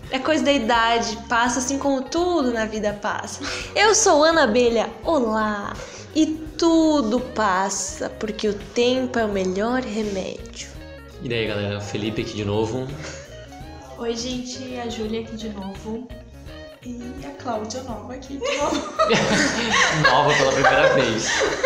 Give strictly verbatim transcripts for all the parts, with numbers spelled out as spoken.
É coisa da idade, passa assim como tudo na vida passa. Eu sou Ana Abelha, olá! E tudo passa, porque o tempo é o melhor remédio. E daí, galera, o Felipe aqui de novo. Oi, gente, a Júlia aqui de novo. E a Cláudia nova aqui de novo. Nova pela primeira vez.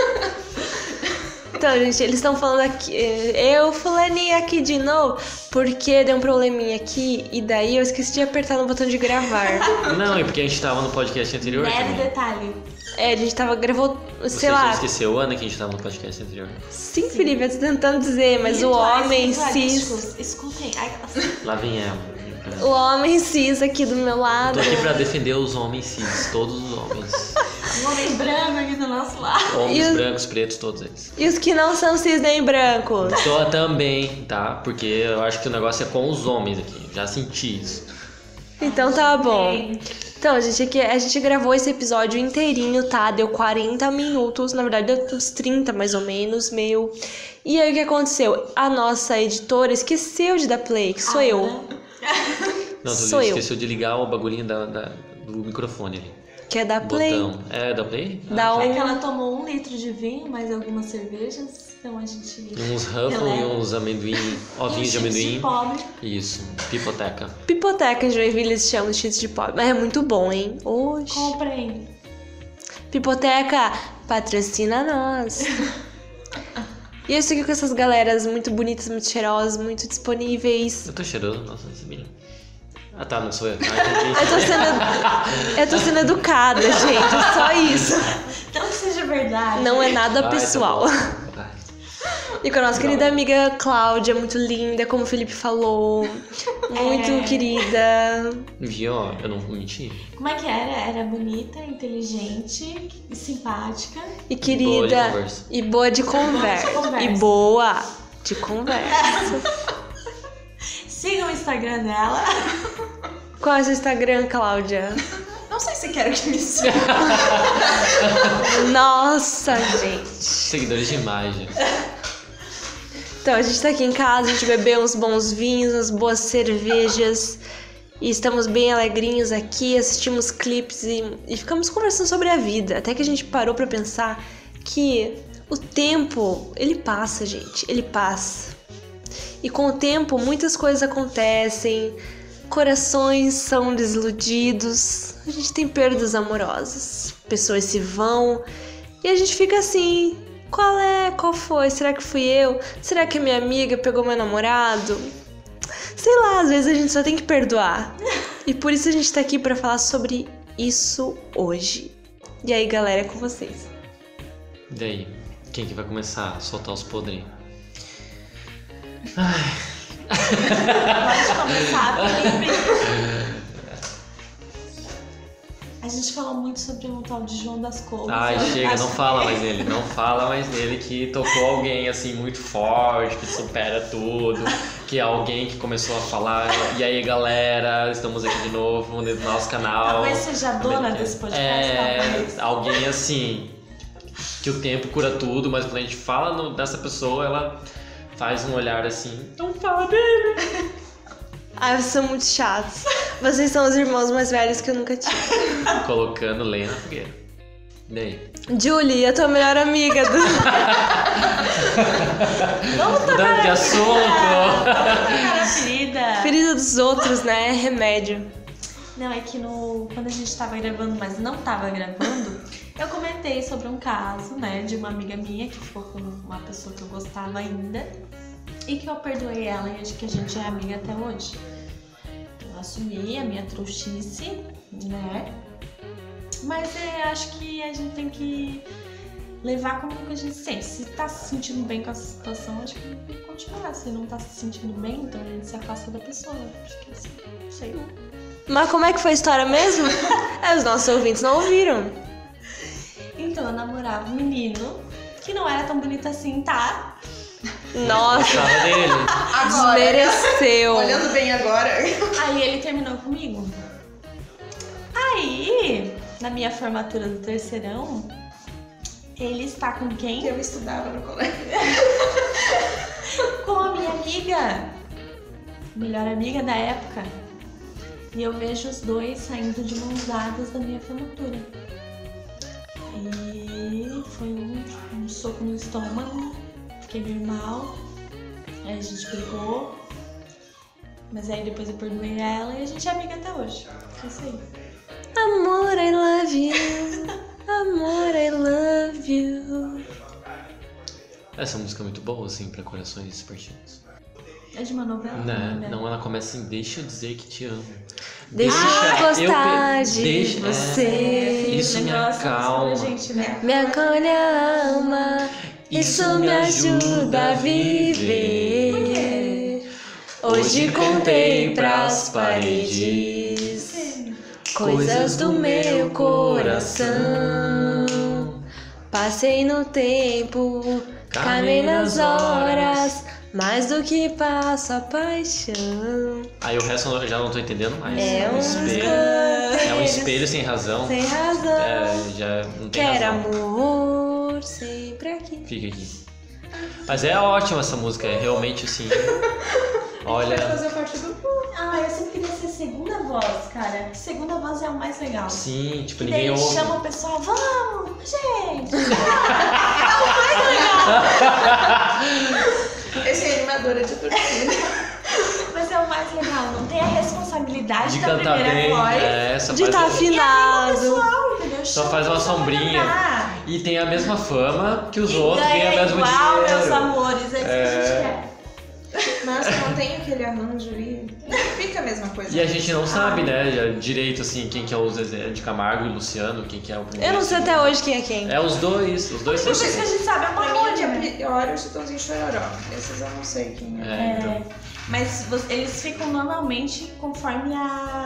Então, gente, eles estão falando aqui, eu fulaninha aqui de novo, porque deu um probleminha aqui e daí eu esqueci de apertar no botão de gravar. Não, é porque a gente tava no podcast anterior Leve também. detalhe. É, a gente tava gravou, sei Você lá. já esqueceu, Ana, que a gente tava no podcast anterior? Sim, Sim. Felipe, eu tô tentando dizer, mas o Rituais homem ritualísticos. cis, Escutem. Ai, Lá vem ela. o homem cis aqui do meu lado. Tô aqui pra defender os homens cis, todos os homens. um homem branco aqui do nosso lado. Homens E os- brancos, pretos, todos eles. E os que não são cis nem brancos. Tô também, tá? Porque eu acho que o negócio é com os homens aqui. Já senti isso. Então tá bom. Bem, Então, gente, aqui, a gente gravou esse episódio inteirinho, tá? Deu quarenta minutos, na verdade deu uns trinta mais ou menos, meu. E aí o que aconteceu? A nossa editora esqueceu de dar play, que sou Ah, eu. né? Não, tu Sou eu. esqueceu de ligar o bagulhinho da, da- do microfone ali. Quer dar O play? botão. É, dá play? Dá Ah, um- É que ela tomou um litro de vinho, mais algumas cervejas. Então a gente. Uns Ruffles e releva. uns amendoim, ovinhos de Uns chips amendoim. de pobre. Isso, pipoteca. Pipoteca em Joinville eles chamam de cheats de pobre, mas é muito bom, hein? Oxi. Comprem. Pipoteca, patrocina nós. E eu segui com essas galeras muito bonitas, muito cheirosas, muito disponíveis. Eu tô cheirando, nossa, não sabia. Ah tá, não sou eu. Ah, Eu tô sendo, eu tô sendo educada, gente, é só isso. Não que seja verdade. Não é nada Ai, pessoal. tá bom. Ai. E com a nossa querida amiga Cláudia, muito linda, como o Felipe falou. Muito É. querida. Viu? Ó, eu não menti. Como é que era? Era bonita, inteligente e simpática. E Boa de querida. conversa. E boa de conversa. conversa. E boa de conversa. Sigam o Instagram dela. Qual é o seu Instagram, Cláudia? Não sei se quero que me siga. Nossa, gente. Seguidores de imagem. Então, a gente tá aqui em casa, a gente bebeu uns bons vinhos, umas boas cervejas. E estamos bem alegrinhos aqui, assistimos clipes e, e ficamos conversando sobre a vida. Até que a gente parou pra pensar que o tempo, ele passa, gente. Ele passa. E com o tempo, muitas coisas acontecem. Corações são desiludidos. A gente tem perdas amorosas. Pessoas se vão. E a gente fica assim... Qual é? Qual foi? Será que fui eu? Será que a minha amiga pegou meu namorado? Sei lá, às vezes a gente só tem que perdoar. E por isso a gente tá aqui pra falar sobre isso hoje. E aí, galera, é com vocês. E daí? Quem que vai começar a soltar os podrinhos? Pode começar, Felipe. A gente falou muito sobre um tal de João das Couves. Ai, Eu chega, acho não fala mais nele. Não fala mais nele que tocou alguém assim muito forte, que supera tudo. Que é alguém que começou a falar. E aí, galera, estamos aqui de novo no nosso canal. Talvez seja a dona desse podcast. É, talvez. alguém assim, que o tempo cura tudo, mas quando a gente fala no- dessa pessoa, ela faz um olhar assim, não fala dele. Ai, vocês são muito chatos. Vocês são os irmãos mais velhos que eu nunca tive. Colocando lenha na fogueira. E daí? Julie, a tua melhor amiga do... Vamos tocar Mudando de a assunto. ferida. Vamos tocar a ferida. ferida dos outros, né? Remédio. Não, é que no, quando a gente tava gravando, mas não tava gravando, eu comentei sobre um caso, né, de uma amiga minha que ficou com uma pessoa que eu gostava ainda e que eu perdoei ela e acho que a gente é amiga até hoje. Eu assumi a minha trouxice, né? Mas eu acho que a gente tem que levar como que a gente sente. Se tá se sentindo bem com a situação, acho que tem que continuar. Se não tá se sentindo bem, então a gente se afasta da pessoa. Acho que assim, não sei. Mas como é que foi a história mesmo? É, os nossos ouvintes não ouviram. Então eu namorava um menino que não era tão bonito assim, tá? Nossa, Gostava dele. Agora, desmereceu. olhando bem agora. Aí ele terminou comigo. Aí, na minha formatura do terceirão, ele está com quem? Eu estudava no colégio. Com a minha amiga. Melhor amiga da época. E eu vejo os dois saindo de mãos dadas da minha formatura. E foi um, um soco no estômago, fiquei meio mal. Aí a gente brigou. Mas aí depois eu perdoei ela e a gente é amiga até hoje. É isso aí. Amor, I love you. Amor, I love you. Essa música é muito boa, assim, pra corações partidos. É de uma novela? Não, não, ela começa assim, deixa eu dizer que te amo. Deixa eu gostar pe- de deixa- você. é, isso me Negócio acalma. pra gente, né? Me acolhe a alma. Isso me ajuda a viver. Hoje contei pras paredes coisas do meu coração. Passei no tempo, caminhei nas horas, mais do que passo a paixão. Aí o resto eu já não tô entendendo mais. É um espelho. É um espelho sem razão. Sem razão. É, já não tem Quero razão. amor sempre aqui. Fica aqui. Mas é ótima essa música, é realmente assim. Olha. Fazer parte do... Ah, eu sempre queria ser segunda voz, cara. Segunda voz é o mais legal. Sim, tipo, E ninguém daí ouve. chama o pessoal, vamos, gente. Esse é animadora de torcida. Mas é o mais legal, não tem a responsabilidade De da cantar primeira bem, voz. é, só De faz estar um- afinado. Pessoal, entendeu? Só Chama faz uma o pessoal pra sombrinha. cantar. E tem a mesma fama que os E outros, ganha ganha o mesmo igual, dinheiro. meus amores, é isso que a gente quer. Nossa, não tem aquele arranjo ali. Não fica a mesma coisa. E a gente não sabe, né, já direito assim, quem que é o Zezé de Camargo e Luciano, quem que é o primeiro. Eu não sei até hoje quem é quem. É os dois, os dois A única são coisa que a gente sabe é uma Pra mim, música. é pior o Chitãozinho Chororó. Esses eu não sei quem é. É, então. Mas vo- eles ficam normalmente conforme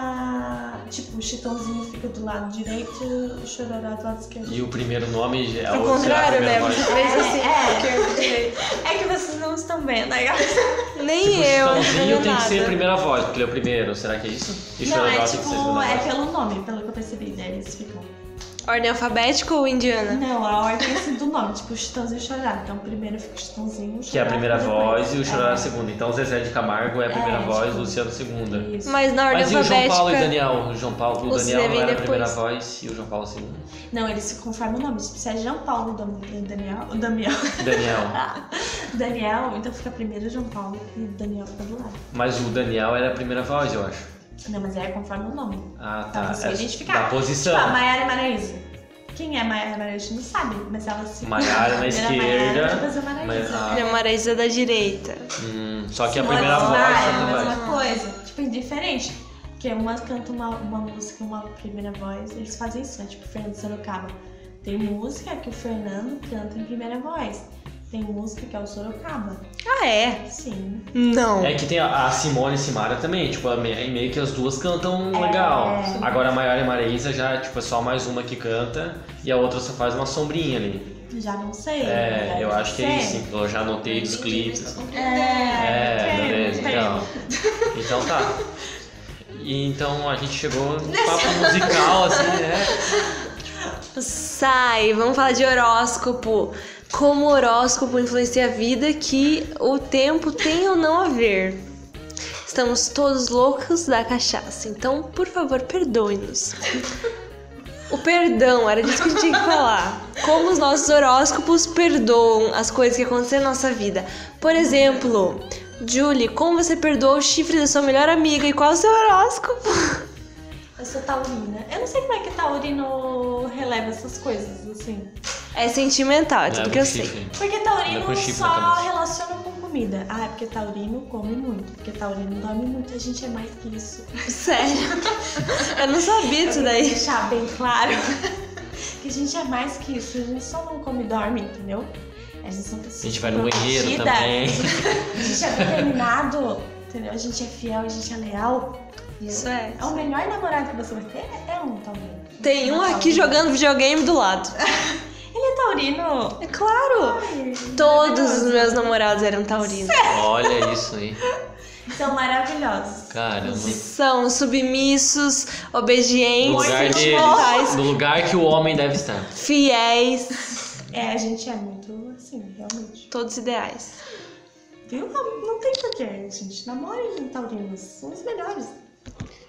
a. Tipo, o Chitãozinho fica do lado direito e o Chororó do lado esquerdo. E o primeiro nome é Ao o será a contrário, primeira né? voz. Você fez assim. É, é que vocês não estão vendo, né? Nem Tipo, eu, o não Chitãozinho tô tem que ser a nada. primeira voz, porque ele é o primeiro, será que é isso? E o Não, Chororó é tem que ser a tipo, segunda é voz. pelo nome, pelo que eu percebi, né? Eles ficam. Ordem alfabética ou indiana? Não, a ordem é assim do nome, tipo, o Chitãozinho e o Chororó. Então primeiro fica o Chitãozinho, o Que é a Chororó, primeira depois. voz e o Chororó é a É. segunda. Então o Zezé de Camargo é a primeira É, voz, tipo, o Luciano a segunda. Isso. Mas na ordem Mas e o João alfabética. Paulo e o Daniel? O João Paulo, o O Daniel Zé não vem era a primeira depois. voz e o João Paulo a segunda. Não, eles ficam conforme o nome. Tipo, se é João Paulo e o Daniel. O Daniel. Daniel. Daniel, então fica primeiro o João Paulo e o Daniel fica do lado. Mas o Daniel era a primeira voz, eu acho. Não, mas é conforme o nome. Ah, Pra tá. você É identificar. da posição. Tipo, a Maiara e Maraísa. Quem é Maiara e Maraísa? A gente não sabe, mas elas se. Maiara na Primeiro a esquerda, Maiara, depois a Maraísa. mas a- Minha Maraísa da direita. Hum, só que a Simone primeira voz Simara, é é a a mesma voz. coisa. Tipo, indiferente. Porque uma canta uma, uma música, uma primeira voz, eles fazem isso, né? Tipo, Fernando Sorocaba. Tem música que o Fernando canta em primeira voz. Tem música que é o Sorocaba. Ah, é? Sim. Não. É que tem a a Simone e Simara também, tipo, é meio meio que as duas cantam É. legal. Agora a Maiara e Maraísa já, tipo, é só mais uma que canta e a outra só faz uma sombrinha ali. Já não sei. É, deve eu acho que é ser. isso, eu já anotei dos clipes. É, É, tem, beleza, tem. então. Então tá. E então a gente chegou no papo musical, assim, né? Sai, vamos falar de horóscopo. Como o horóscopo influencia a vida, que o tempo tem ou não a ver. Estamos todos loucos da cachaça, então, por favor, perdoe-nos. O perdão, era disso que a gente tinha que falar. Como os nossos horóscopos perdoam as coisas que acontecem na nossa vida. Por exemplo, Julie, como você perdoa o chifre da sua melhor amiga e qual é o seu horóscopo? Eu sou taurina. Eu não sei como é que taurino releva essas coisas, assim. É sentimental, é tudo Leva que eu um sei. chifre. Porque Anda taurino com chifre na só cabeça. relaciona com comida. Ah, é porque taurino come muito. Porque taurino dorme muito. A gente é mais que isso. Sério? Eu não sabia disso Eu queria daí. deixar bem claro que a gente é mais que isso. A gente só não come e dorme, entendeu? A gente são pessoas A gente vai no banheiro comprometidas. também. A gente é determinado, entendeu? A gente é fiel, a gente é leal. Isso é. É o melhor namorado que você vai ter, é um taurino. Tem um aqui jogando videogame do lado. Ele é taurino. É claro. Ai, Todos os maravilhoso. meus namorados eram taurinos. Olha isso aí. São maravilhosos. Caramba. São submissos, No obedientes, lugar, deles, sentimentais, no lugar que o homem deve estar. fiéis, É, a gente é muito assim, realmente. todos ideais. Viu? Não, não tem porquê, gente. Namorem taurinos. São os melhores.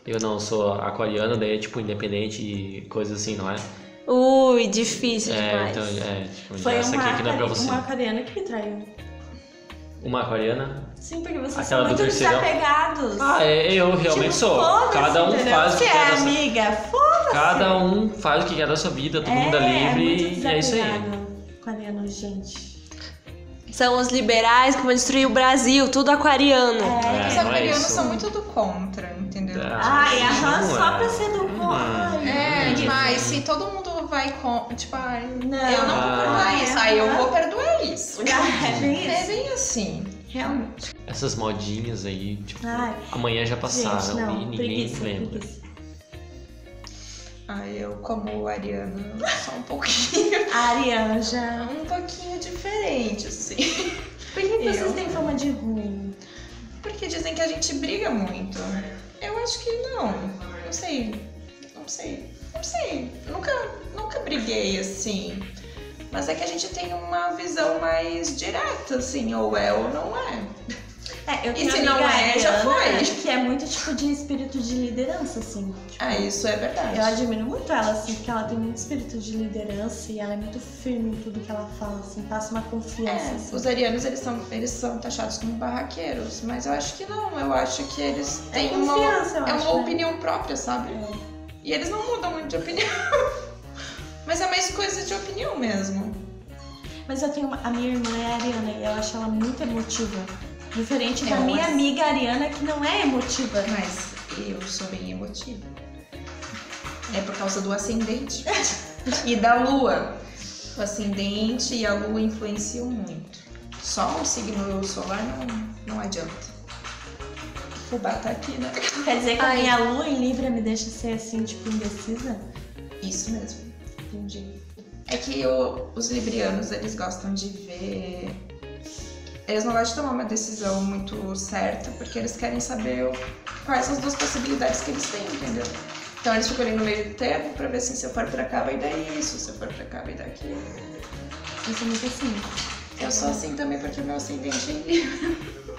Eu não sou aquariano, daí é tipo independente e coisa assim, não é? Ui, difícil É, demais. então, é, tipo, Foi essa uma, aqui que não é pra aquari- você. uma aquariana que me traiu. Uma aquariana? Sim, porque vocês Aquela são do muito terceirão. desapegados. Ah, é, eu realmente Tipo, sou. foda-se, Cada um entendeu? faz o que Você quer é da sua... amiga, foda-se. Cada um faz o que quer da sua vida, todo mundo é É, livre muito e é isso aí. desapegado, aquariano, gente. São os liberais que vão destruir o Brasil, tudo aquariano. É, Os não é aquarianos isso. são muito do contra, entendeu? Ah, Ai, aham, não só é. pra ser do Hum. Ai, É, isso. demais. Se todo mundo vai com. Tipo, ai, Não. eu não vou Ah. perdoar isso. Aí eu vou perdoar isso. É bem É isso. bem assim. Realmente. Essas modinhas aí, tipo, Ai, amanhã já passaram gente, não, e ninguém preguiça, lembra. preguiça. Ai, eu como ariana só um pouquinho. A Ariana já... Um pouquinho diferente, assim. Por que, que Eu? vocês têm fama de ruim? Porque dizem que a gente briga muito. Eu acho que não. Não sei. Não sei. Não sei. Nunca, nunca briguei assim. Mas é que a gente tem uma visão mais direta, assim, ou é ou não é. É, eu E tenho se uma não amiga é, já Ariana, foi. que é muito tipo de espírito de liderança, assim. Tipo, Ah, isso é verdade. eu admiro muito ela, assim, porque ela tem muito espírito de liderança e ela é muito firme em tudo que ela fala, assim, passa uma confiança. É, assim. os arianos, eles são, eles são taxados como barraqueiros, mas eu acho que não, eu acho que eles É têm uma, confiança, eu é acho, uma né? opinião própria, sabe? É. E eles não mudam muito de opinião. Mas é mais coisa de opinião mesmo. Mas eu tenho uma, a minha irmã é ariana e eu acho ela muito emotiva. Diferente da É, minha mas- amiga ariana que não é emotiva. Mas eu sou bem emotiva. É por causa do ascendente e da lua. O ascendente e a lua influenciam muito. Só o signo solar não, não adianta. O fubá tá aqui, né? Quer dizer que Ai. a minha lua em Libra me deixa ser assim, tipo, indecisa? Isso mesmo. Entendi. É que o- os librianos, eles gostam de ver... Eles não gostam de tomar uma decisão muito certa, porque eles querem saber o- quais as duas possibilidades que eles têm, entendeu? Então eles ficam ali no meio do termo pra ver assim, se eu for pra cá vai dar isso, se eu for pra cá vai dar aquilo. Eu sou muito assim. Eu sou assim também porque o meu ascendente é em Libra.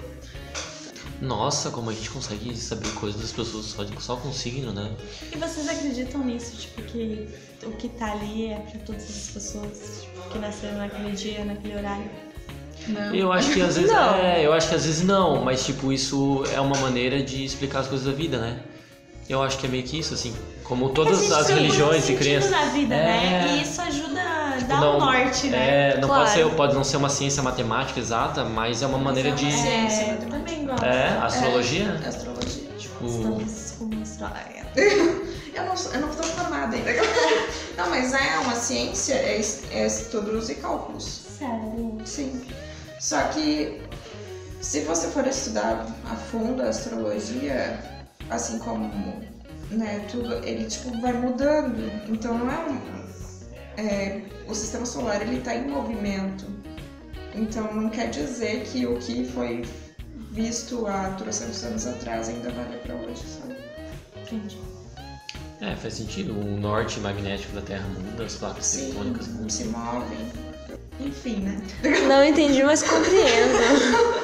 Nossa, como a gente consegue saber coisas das pessoas só, de- só com signo, né? E vocês acreditam nisso, tipo, que o que tá ali é pra todas as pessoas tipo, que nasceram naquele dia, naquele horário? Não. Eu acho que às vezes Não. é, eu acho que às vezes não, mas tipo, isso é uma maneira de explicar as coisas da vida, né? Eu acho que é meio que isso, assim. Como todas A gente as procura um religiões e sentido crenças. na vida, É. né? E isso ajuda a Tipo, dar não- um norte, né? É, não Claro. pode ser, pode não ser uma ciência matemática exata, mas é uma maneira é uma de. ciência. É, eu também gosto. É, astrologia? É, astrologia. Tipo, Estamos com uma história. Eu não, sou- eu não tô formada ainda. Não, mas é uma ciência, é, es- é estudos e cálculos. Sério. Sim. Só que se você for estudar a fundo a astrologia, assim como, né, tudo, ele tipo vai mudando. Então não é um. É, o sistema solar ele tá em movimento. Então não quer dizer que o que foi visto há trocentos anos atrás ainda vale pra hoje, sabe? Entendi. é, faz sentido. O norte magnético da Terra muda, as placas Sim, tectônicas mudam. se movem. Enfim, né? Não entendi, mas compreendo.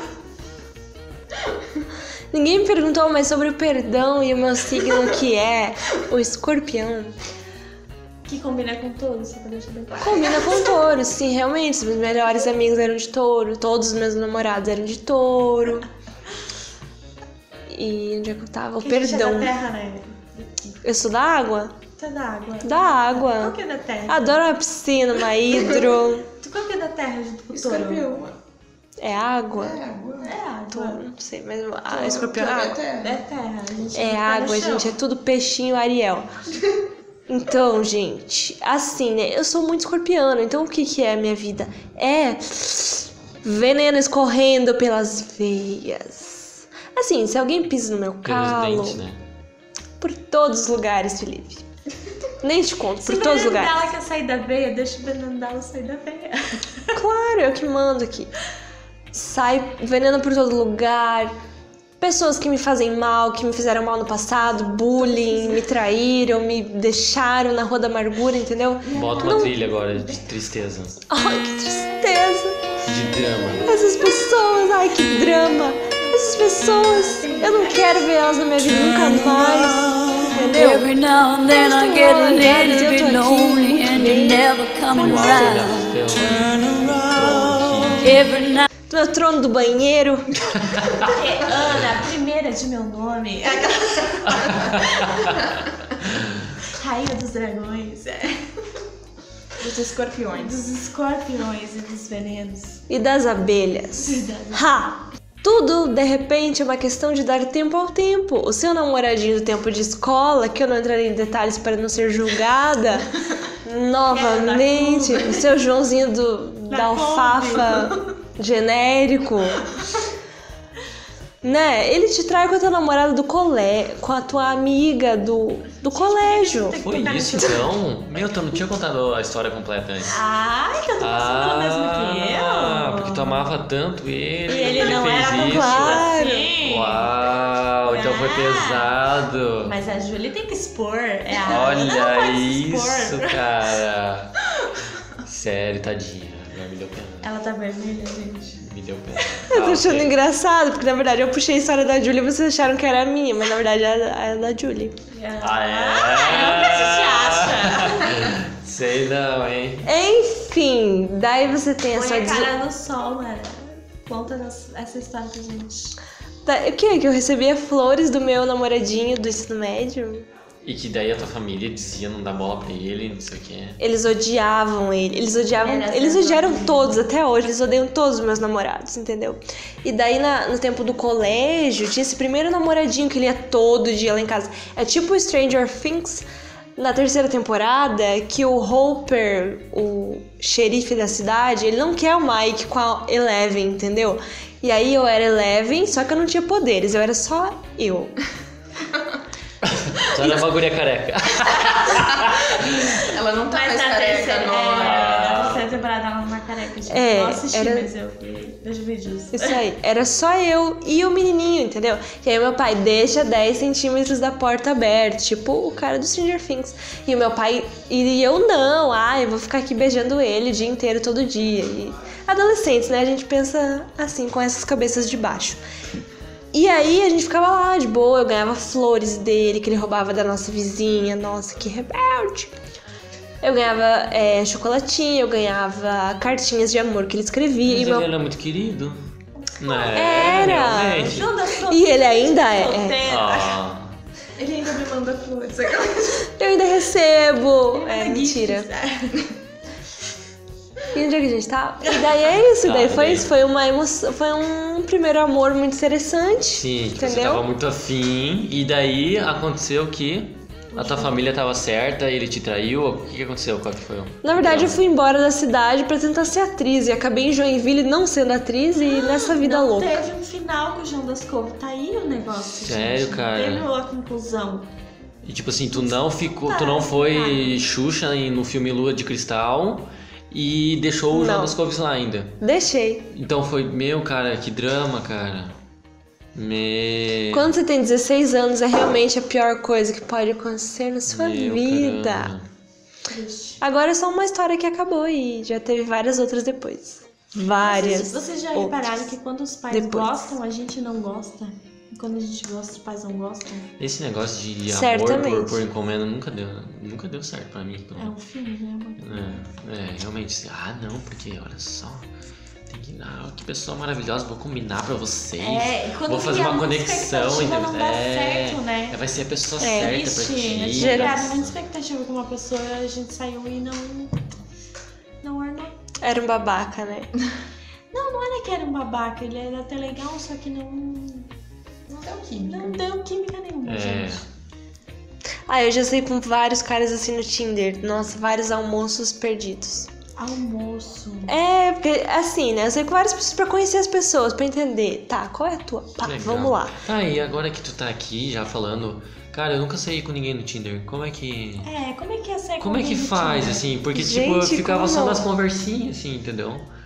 Ninguém me perguntou mais sobre o perdão e o meu signo que é o escorpião. Que combina com todos, só pra deixar bem claro. Combina com touro, sim, realmente. Os meus melhores amigos eram de touro, todos os meus namorados eram de touro. E onde é que eu tava? O Que a gente é perdão. da terra, né? Eu sou da água? Tu é da água. Da Qual água. que é da terra? Adoro uma piscina, uma hidro. Tu qual que é da terra junto com o touro? Escorpião. É água? É água. É água. Touro, não sei, mas ah, Touro, escorpião é touro água. É terra. terra. A gente É fica no água, chão. gente, é tudo peixinho Ariel. Então, gente, assim, né? Eu sou muito escorpiana, então o que que é a minha vida? É veneno escorrendo pelas veias. Assim, se alguém pisa no meu Pelos calo, dentes, né? por todos os lugares, Felipe. Nem te conto, Se por o todos os veneno lugares. dela quer sair da veia, deixa o veneno dela sair da veia. Claro, eu que mando aqui. Sai veneno por todo lugar. Pessoas que me fazem mal, que me fizeram mal no passado, bullying, me traíram, me deixaram na rua da amargura, entendeu? Bota uma Não- trilha agora de tristeza, Ai, que tristeza. de drama. Essas pessoas, ai, que drama. Essas essas pessoas, eu não quero ver elas na minha vida nunca mais. Entendeu? Every now and then I get a little bit lonely and you're never coming Nossa, around. ele é Every night. Do meu trono do banheiro. Ana, primeira de meu nome. Rainha dos dragões. Dos escorpiões. Dos escorpiões e dos venenos. E das abelhas. Ha! Tudo, de repente, é uma questão de dar tempo ao tempo. O seu namoradinho do tempo de escola, que eu não entrarei em detalhes para não ser julgada, novamente. O seu Joãozinho do, da alfafa genérico. Né? Ele te trai com a tua namorada do colégio, com a tua amiga do, do colégio. Foi isso então? Meu, tu não tinha contado a história completa antes. Ai, que eu tô passando o mesmo que eu. Ah, porque tu amava tanto ele. E ele não fez era tão isso. Claro. assim. Uau, então foi Ah. pesado. Mas a Júlia tem que expor. É a Ana não Olha pode se isso, expor. cara. Sério, tadinha. Agora me deu pena. Ela tá vermelha, gente. Me deu pena. Eu tô Ah, achando ok. engraçado, porque na verdade eu puxei a história da Julie e vocês acharam que era a minha, mas na verdade era a da Julie. Ah, é? é o que a gente acha. Sei não, hein? Enfim, daí você tem a Põe sua... a des- cara no sol, Mara. Conta nos- essa história pra gente. Tá, o que? Que eu recebia flores do meu namoradinho do ensino médio? E que daí a tua família dizia não dar bola pra ele, não sei o que. Eles odiavam ele, eles odiavam, Era eles certo. odiaram todos, até hoje, eles odeiam todos os meus namorados, entendeu? E daí na- no tempo do colégio, tinha esse primeiro namoradinho que ele ia todo dia lá em casa. É tipo Stranger Things, na terceira temporada, que o Hopper, o xerife da cidade, ele não quer o Mike com a Eleven, entendeu? E aí eu era Eleven, só que eu não tinha poderes, eu era só eu. Só era uma guria careca. Ela não tá Mas mais na careca, terceira, não. é, Ah. na terceira temporada ela não é careca, gente. É, Não assisti, era- mas eu vi, vejo vídeos. Isso aí, era só eu e o menininho, entendeu? E aí meu pai deixa dez centímetros da porta aberta, tipo o cara do Stranger Things. E o meu pai, e eu não, ah, eu vou ficar aqui beijando ele o dia inteiro, todo dia. E adolescentes, né? A gente pensa assim, com essas cabeças de baixo. E aí a gente ficava lá de boa, eu ganhava flores dele, que ele roubava da nossa vizinha, nossa, que rebelde. Eu ganhava é, chocolatinho, eu ganhava cartinhas de amor que ele escrevia. Mas e meu... ele era muito querido. Não Era. realmente. Judas, E ele ainda é. é. solteira. Ah, Ele ainda me manda flores. Eu ainda recebo. Ele É, manda mentira. gifs. E onde é que a gente tá? E daí é isso, Tá, daí foi daí. isso. Foi uma emoção, foi um primeiro amor muito interessante. sim, que você Entendeu? tava muito afim. E daí aconteceu que a tua família tava certa, ele te traiu. O que, que aconteceu? Qual que foi? o- Na verdade, eu fui embora da cidade pra tentar ser atriz. E acabei em Joinville não sendo atriz e nessa vida Não louca. teve um final com o João das Couve. Tá aí o negócio, Sério, gente. cara? Teve a conclusão. E tipo assim, tu não ficou, tu não foi Xuxa em- no filme Lua de Cristal e deixou o João Não. das Couves lá ainda. Deixei. Então foi, meu, cara, que drama, cara. Me... Quando você tem dezesseis anos, é realmente a pior coisa que pode acontecer na sua Meu, vida. caramba. Triste. Agora é só uma história que acabou e já teve várias outras depois. Várias. Vocês, vocês já outras. repararam que quando os pais Depois. gostam, a gente não gosta? E quando a gente gosta, os pais não gostam? Esse negócio de amor Certamente. por, por encomenda nunca deu, nunca deu certo pra mim. pelo É um filme, né? amor? É, é, realmente, assim, ah não, porque olha só, tem que ah, que pessoa maravilhosa, vou combinar pra vocês. É, e quando vou fazer cria uma muita conexão expectativa, entre não dá é, certo, né? é, vai ser a pessoa É, certa Triste, pra a gente ti. Gera- criava muita expectativa com uma pessoa, a gente saiu e não. Não ornou. Era um babaca, né? Não, não era que era um babaca, ele era até legal, só que não. Não deu química. Não deu química nenhuma, É. gente. Ah, eu já sei com vários caras assim no Tinder. Nossa, vários almoços perdidos. Almoço. É, porque assim, né? Eu sei com várias pessoas pra conhecer as pessoas, pra entender. Tá, qual é a tua? Pá, Legal. vamos lá. Tá, e agora que tu tá aqui já falando, cara, eu nunca saí com ninguém no Tinder. Como é que. É, como é que é ser Como é que alguém no faz, Tinder? assim? Porque, Gente, tipo, eu ficava como só não? nas conversinhas, assim, entendeu?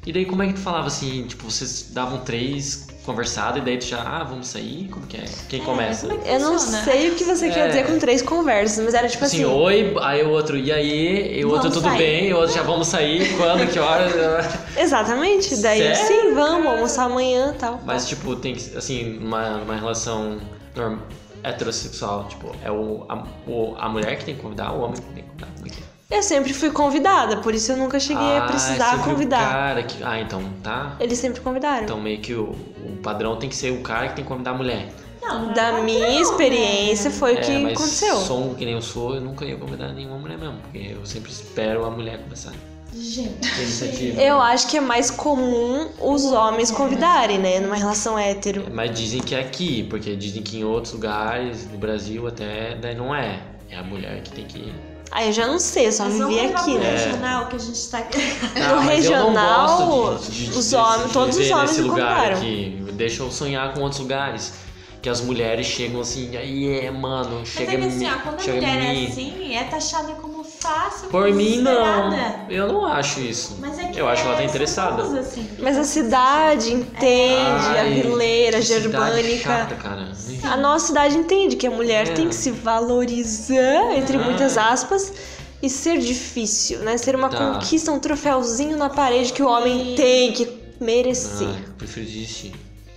E daí como é que tu falava assim, tipo, vocês davam três conversadas e daí tu já, ah, vamos sair? Como que é? Quem começa? como é que Eu não funciona? sei o que você quer É. dizer com três conversas, mas era tipo Assim, assim. oi, aí o outro, e aí? E o outro, Vamos tudo sair. bem? E o outro, já vamos sair? Quando? Que hora? Exatamente. Daí Sério? sim, vamos almoçar amanhã e tal. Mas, tipo, tem que, assim, uma, uma relação norm, heterossexual, tipo, é o a, o a mulher que tem que convidar, o homem que tem que convidar. Como é que é? Eu sempre fui convidada, por isso eu nunca cheguei a Ah, precisar sempre o convidar. cara que, ah, então, tá. Eles sempre convidaram. Então, meio que o, o padrão tem que ser o cara que tem que convidar a mulher. Não, não é Da padrão, minha experiência né? foi o é, que mas aconteceu. sou um que nem eu sou, eu nunca ia convidar nenhuma mulher mesmo, porque eu sempre espero a mulher começar. Gente, A iniciativa. Eu acho que é mais comum os homens convidarem, né? Numa relação hétero. Mas dizem que é aqui, porque dizem que em outros lugares, no Brasil até, daí não é. É a mulher que tem que ir. Aí eu já não sei, eu só Mas vamos vivi levar aqui, pro né? regional que a gente tá aqui. Ah, No mas eu não regional, gosto de- de- os de- homens- de todos os viver homens nesse me lugar convidaram. aqui. Deixa eu sonhar com outros lugares. Que as mulheres chegam assim, aí é, mano, Mas chega é que em assim, mim, ó, quando a chega mulher em é mim. assim, é taxada como fácil, Por como mim, não. desesperada. Eu não acho isso. Mas é que eu acho que ela tá é, interessada. são todos assim. Mas a cidade entende, a Ai, vileira, a que cidade gerbânica. chata, cara. A nossa cidade entende que a mulher É. tem que se valorizar, entre Ah. muitas aspas, e ser difícil, né? Ser uma Tá. conquista, um troféuzinho na parede que o homem tem que merecer. Ah, eu prefiro desistir.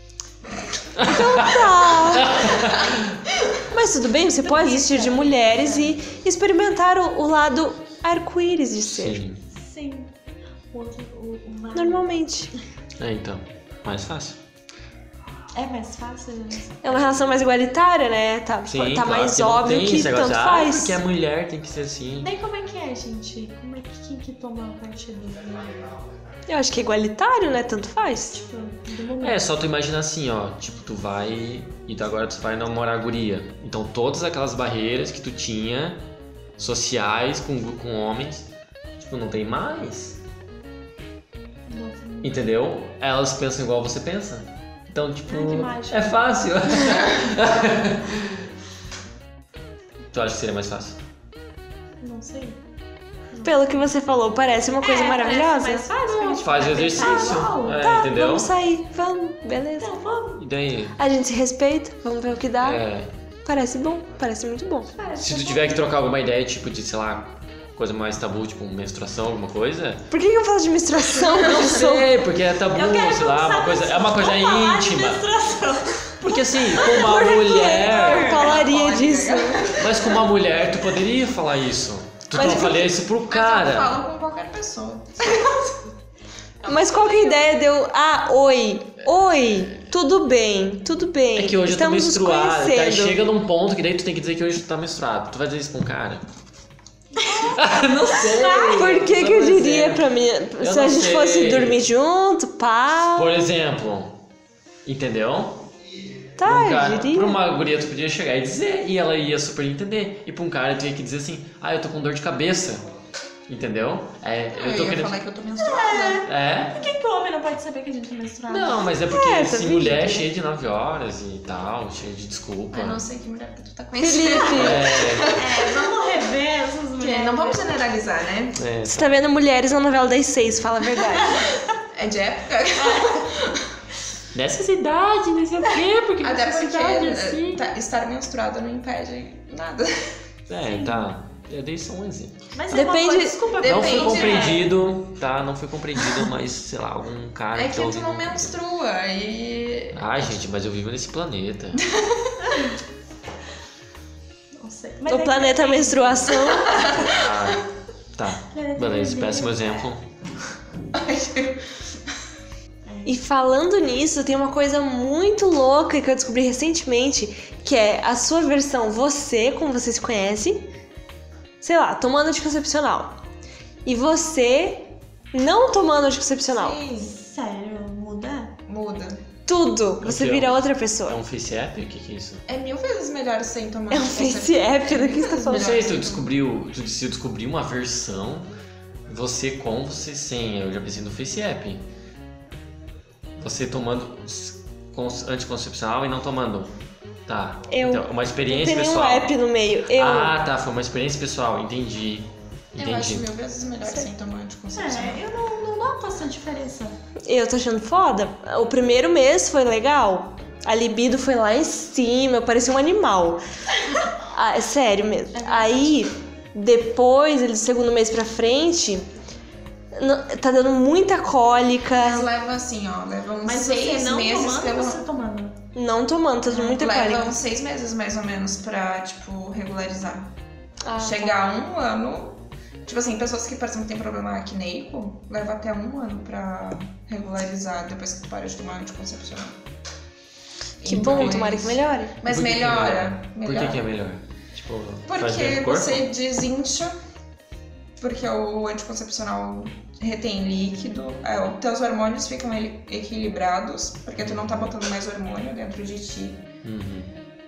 Tá. Mas tudo bem, você pode existir de mulheres e experimentar o, o lado arco-íris de ser. Sim. Sim. O outro, o, o mar- Normalmente. É, então. Mais fácil. É mais fácil? É uma relação mais igualitária, né? Tá, Sim, tá claro mais que não óbvio tem que esse negócio tanto de, ah, faz. porque a mulher tem que ser assim. Daí como é que é, gente? Como é que quem que toma partido? Eu acho que é igualitário, né? Tanto faz. Tipo, do momento. É, só tu imagina assim, ó. Tipo, tu vai. E tu agora tu vai namorar a guria. Então todas aquelas barreiras que tu tinha, sociais, com, com homens, tipo, não tem mais. Nossa, Entendeu? Elas pensam igual você pensa. Então, tipo, Ai, que mágico. é fácil. Tu acha que seria mais fácil? não sei. Pelo que você falou, parece uma coisa É, maravilhosa. parece mais fácil, a gente Faz o vai exercício. pensar, não. É, Tá, entendeu? vamos sair, vamos, beleza. Então, vamos. E daí? A gente se respeita, vamos ver o que dá. É, Parece bom, parece muito bom. Parece se tu bom. tiver que trocar alguma ideia, tipo, de, sei lá, coisa mais tabu, tipo menstruação, alguma coisa. Por que, que eu falo de menstruação? Não Eu sou- sei, porque é tabu, Eu quero sei lá, começar uma coisa, é uma coisa a falar de íntima. menstruação. Porque assim, com uma Eu mulher. falaria disso. Mas com uma mulher, tu poderia falar isso. Tu Mas não por- faria isso pro Eu cara. falo com qualquer pessoa. Mas qual que é a ideia de eu... Ah, oi, oi, tudo bem, tudo bem. É que hoje Estamos eu tô nos menstruada, tá? conhecendo. Chega num ponto que daí tu tem que dizer que hoje tu tá menstruado. Tu vai dizer isso pra um cara? Não sei. Por que que eu diria pra mim... Eu Se a não gente sei. fosse dormir junto, pá... Por exemplo, entendeu? Tá, Pra um eu cara, diria. pra uma guria tu podia chegar e dizer, e ela ia super entender. E pra um cara tu ia que dizer assim, ah, eu tô com dor de cabeça. Entendeu? É, eu Eu tô ia querendo. falar que eu tô menstruada. É? Por que, que o homem não pode saber que a gente tá menstruado? Não, mas é porque É, tá assim, vendo? mulher é cheia de nove horas e tal, cheia de desculpa. Eu não sei que mulher que tu tá conhecendo. Felipe, É, É, vamos rever essas Porque mulheres. não vamos generalizar, né? é, você tá vendo Mulheres na novela das seis, fala a verdade. É de época. nessa cidade, não sei o quê, porque Até nessa porque cidade eh, assim. tá- estar menstruada não impede nada. É, tá. Eu dei só um exemplo. Mas é Depende- uma boa desculpa pra Não Depende, fui gente, compreendido, tá? Não fui compreendido, mas sei lá, algum cara É que que tá tu ouvindo. não menstrua e. Ai, gente, mas eu vivo nesse planeta. Não sei. Mas O é que planeta depende. menstruação. Ah, tá. Beleza, péssimo exemplo. E falando nisso, tem uma coisa muito louca que eu descobri recentemente, que é a sua versão você, como você se conhece, sei lá, tomando anticoncepcional. E você não tomando anticoncepcional. Sim, Sério, muda? muda. Tudo. Você que é vira um- outra É pessoa. um face app? O que, que é isso? É mil vezes melhor sem tomar É um face app, do que você tá Não falando? sei, tu descobriu. Tu se eu descobri uma versão, você com, você sem. Eu já pensei no face app. Você tomando cons- anticoncepcional e não tomando. Tá. Eu. Então, uma Não experiência tem nenhum pessoal. app no meio. Eu. Ah, tá. Foi uma experiência pessoal. Entendi. Eu acho Entendi. mil vezes melhor sem tomar anticoncepcional. É, eu não, não noto essa diferença. Eu tô achando foda. O primeiro mês foi legal. A libido foi lá em cima, eu parecia um animal. Ah, é sério mesmo. Aí, depois, ele, do segundo mês pra frente, não- tá dando muita cólica. Mas leva assim, ó, leva uns Mas seis você não meses tomando, pelo... você tomando? Não tomando, tá dando muita Leva cólica. uns seis meses mais ou menos pra, tipo, regularizar. Ah, Chegar a um ano. Tipo assim, pessoas que, por exemplo, têm problema acneico, leva até um ano pra regularizar depois que tu para de tomar anticoncepcional. Que Então, bom, tomara que melhore. Mas Por que que é melhora. Por que, que é melhor? Tipo, faz bem Porque pro corpo? você desincha, porque o anticoncepcional retém líquido, é, os teus hormônios ficam ele- equilibrados, porque tu não tá botando mais hormônio dentro de ti. Uhum.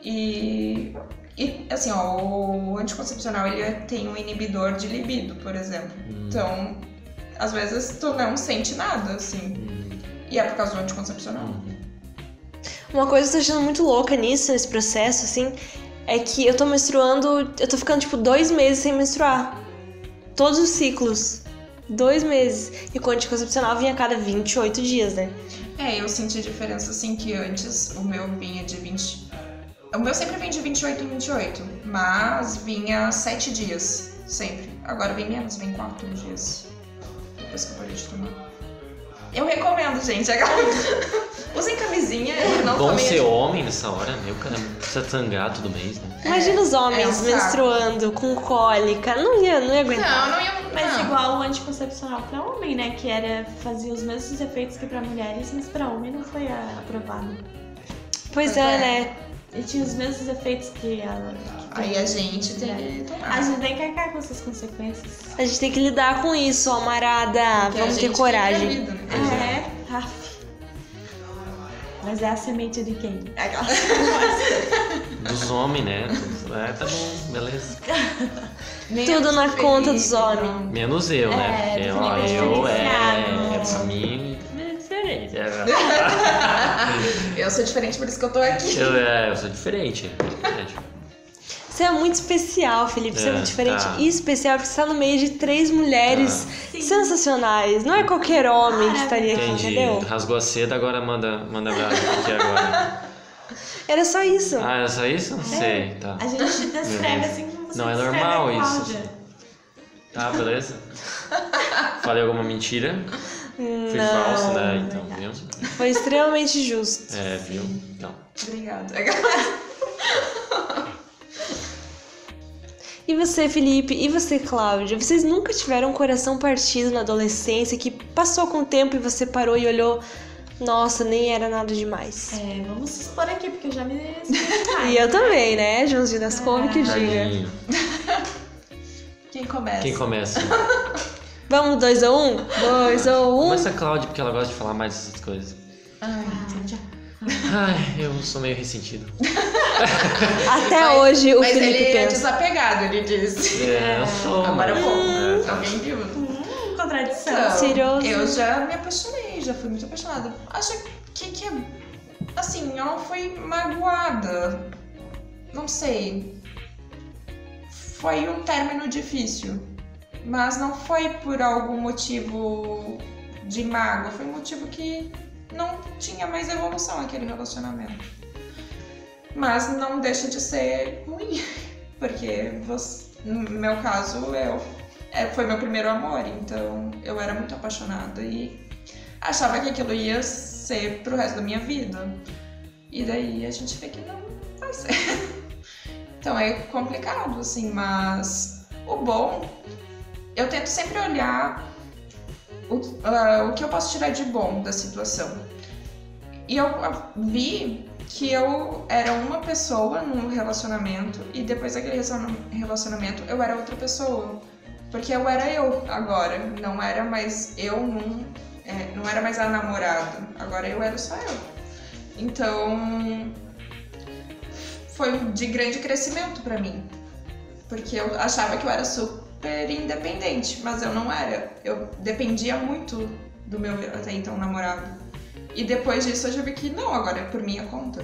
E, e assim, ó, o anticoncepcional ele tem um inibidor de libido, por exemplo. Hum. Então, às vezes tu não sente nada, assim. Uhum. E é por causa do anticoncepcional. Uhum. Uma coisa que eu tô achando muito louca nisso, nesse processo, assim, é que eu tô menstruando, eu tô ficando, tipo, dois meses sem menstruar. Todos os ciclos. Dois meses. E com o anticoncepcional vinha a cada vinte e oito dias, né? É, eu senti diferença, assim, que antes o meu vinha de vinte... O meu sempre vem de vinte e oito em vinte e oito, mas vinha sete dias, sempre. Agora vem menos, vem quatro dias. Depois que eu parei de tomar. Eu recomendo, gente. Usem camisinha, eu não Bom tomei... ser homem nessa hora, meu, cara, precisa tangar todo mês, né? Imagina os homens é um saco. menstruando com cólica. Não ia, não ia aguentar. Não, não ia... Mas não. igual o anticoncepcional pra homem, né? Que era fazer os mesmos efeitos que pra mulheres, mas pra homem não foi a- aprovado. Pois Pois é, é. né? E tinha os mesmos efeitos que a. Que Aí a gente tem que A tomar. gente tem que arcar com essas consequências. A gente tem que lidar com isso, ó, marada. Porque a Vamos ter gente coragem. fica vida, né? É, af. Mas é a semente de quem? Dos homens, né? É, tá bom, beleza. Tudo na conta dos homens. Menos eu, né? É, Porque, do ó, Felipe é eu é, diferenciado. é pra mim é diferente. É, Eu sou diferente, por isso que eu tô aqui. eu, é, eu sou diferente. é diferente. Você é muito especial, Felipe. Você é É, muito diferente tá. e especial porque você tá no meio de três mulheres Sim. sensacionais. Não é qualquer homem que estaria aqui, Entendi. entendeu? Rasgou a seda, agora manda, manda abraço aqui agora. Era só isso. Ah, era só isso? Não sei, tá. A gente descreve assim como você Não, é descreve normal a isso. Cláudia. Tá, beleza. Falei alguma mentira? Fui Não. falso, né? Então, viu? Foi extremamente justo. É, viu? Então. Obrigada. E você, Felipe? E você, Cláudia? Vocês nunca tiveram um coração partido na adolescência que passou com o tempo e você parou e olhou, nossa, nem era nada demais. É, vamos se expor aqui, porque eu já me. E eu também, né, Joãozinho das Couve que diga. Tadinho. Quem começa? Quem começa? Vamos, dois ou um? Dois ou um? Começa a Cláudia, porque ela gosta de falar mais dessas coisas. Ai, Ai, eu sou meio ressentido. Até mas, hoje o mas Felipe ele é pensa. desapegado, ele disse. É, eu sou. Agora eu mas- vou. é. Alguém viu? Hum, contradição. Então, Mentiroso. eu já me apaixonei, já fui muito apaixonada. Acho que, que assim, eu não fui magoada. Não sei. Foi um término difícil. Mas não foi por algum motivo de mágoa. Foi um motivo que não tinha mais evolução aquele relacionamento. Mas não deixa de ser ruim. Porque você, no meu caso, eu é, foi meu primeiro amor, então eu era muito apaixonada e achava que aquilo ia ser pro resto da minha vida. E daí a gente vê que não vai ser. Então é complicado, assim, mas o bom, eu tento sempre olhar o, uh, o que eu posso tirar de bom da situação. E eu uh, vi que eu era uma pessoa num relacionamento e depois daquele relacionamento eu era outra pessoa. Porque eu era eu agora, não era mais eu, num, é, não era mais a namorada, agora eu era só eu. Então, foi de grande crescimento pra mim, porque eu achava que eu era super independente, mas eu não era, eu dependia muito do meu até então namorado. E depois disso eu já vi que não, agora é por minha conta.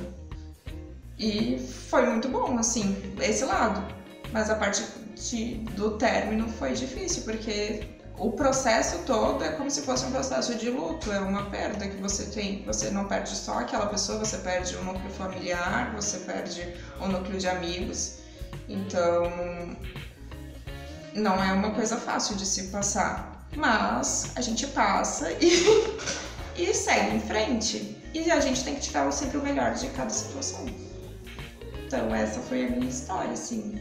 E foi muito bom, assim, esse lado. Mas a parte de, do término foi difícil, porque o processo todo é como se fosse um processo de luto, é uma perda que você tem. Você não perde só aquela pessoa, você perde o núcleo familiar, você perde o núcleo de amigos. Então, não é uma coisa fácil de se passar, mas a gente passa e, e segue em frente. E a gente tem que tirar sempre o melhor de cada situação. Então, essa foi a minha história, assim.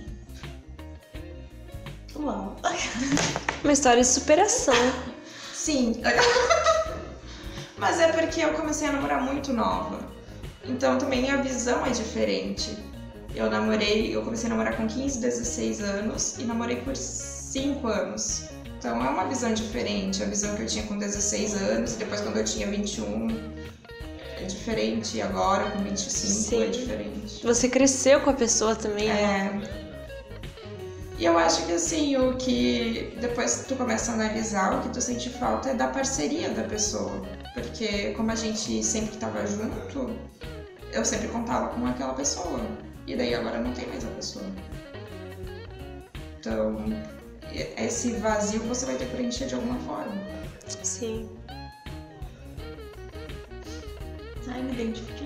Uau. Uma história de superação. Sim. Mas é porque eu comecei a namorar muito nova. Então também a visão é diferente. Eu namorei, eu comecei a namorar com quinze, dezesseis anos e namorei por cinco anos. Então é uma visão diferente. A visão que eu tinha com dezesseis anos e depois quando eu tinha vinte e um é diferente. E agora com vinte e cinco Sim. é diferente. Você cresceu com a pessoa também, né? É. E eu acho que assim, o que depois tu começa a analisar, o que tu sente falta é da parceria da pessoa. Porque como a gente sempre estava junto, eu sempre contava com aquela pessoa. E daí agora não tem mais a pessoa. Então, esse vazio você vai ter que preencher de alguma forma. Sim. Ai, me identifiquei.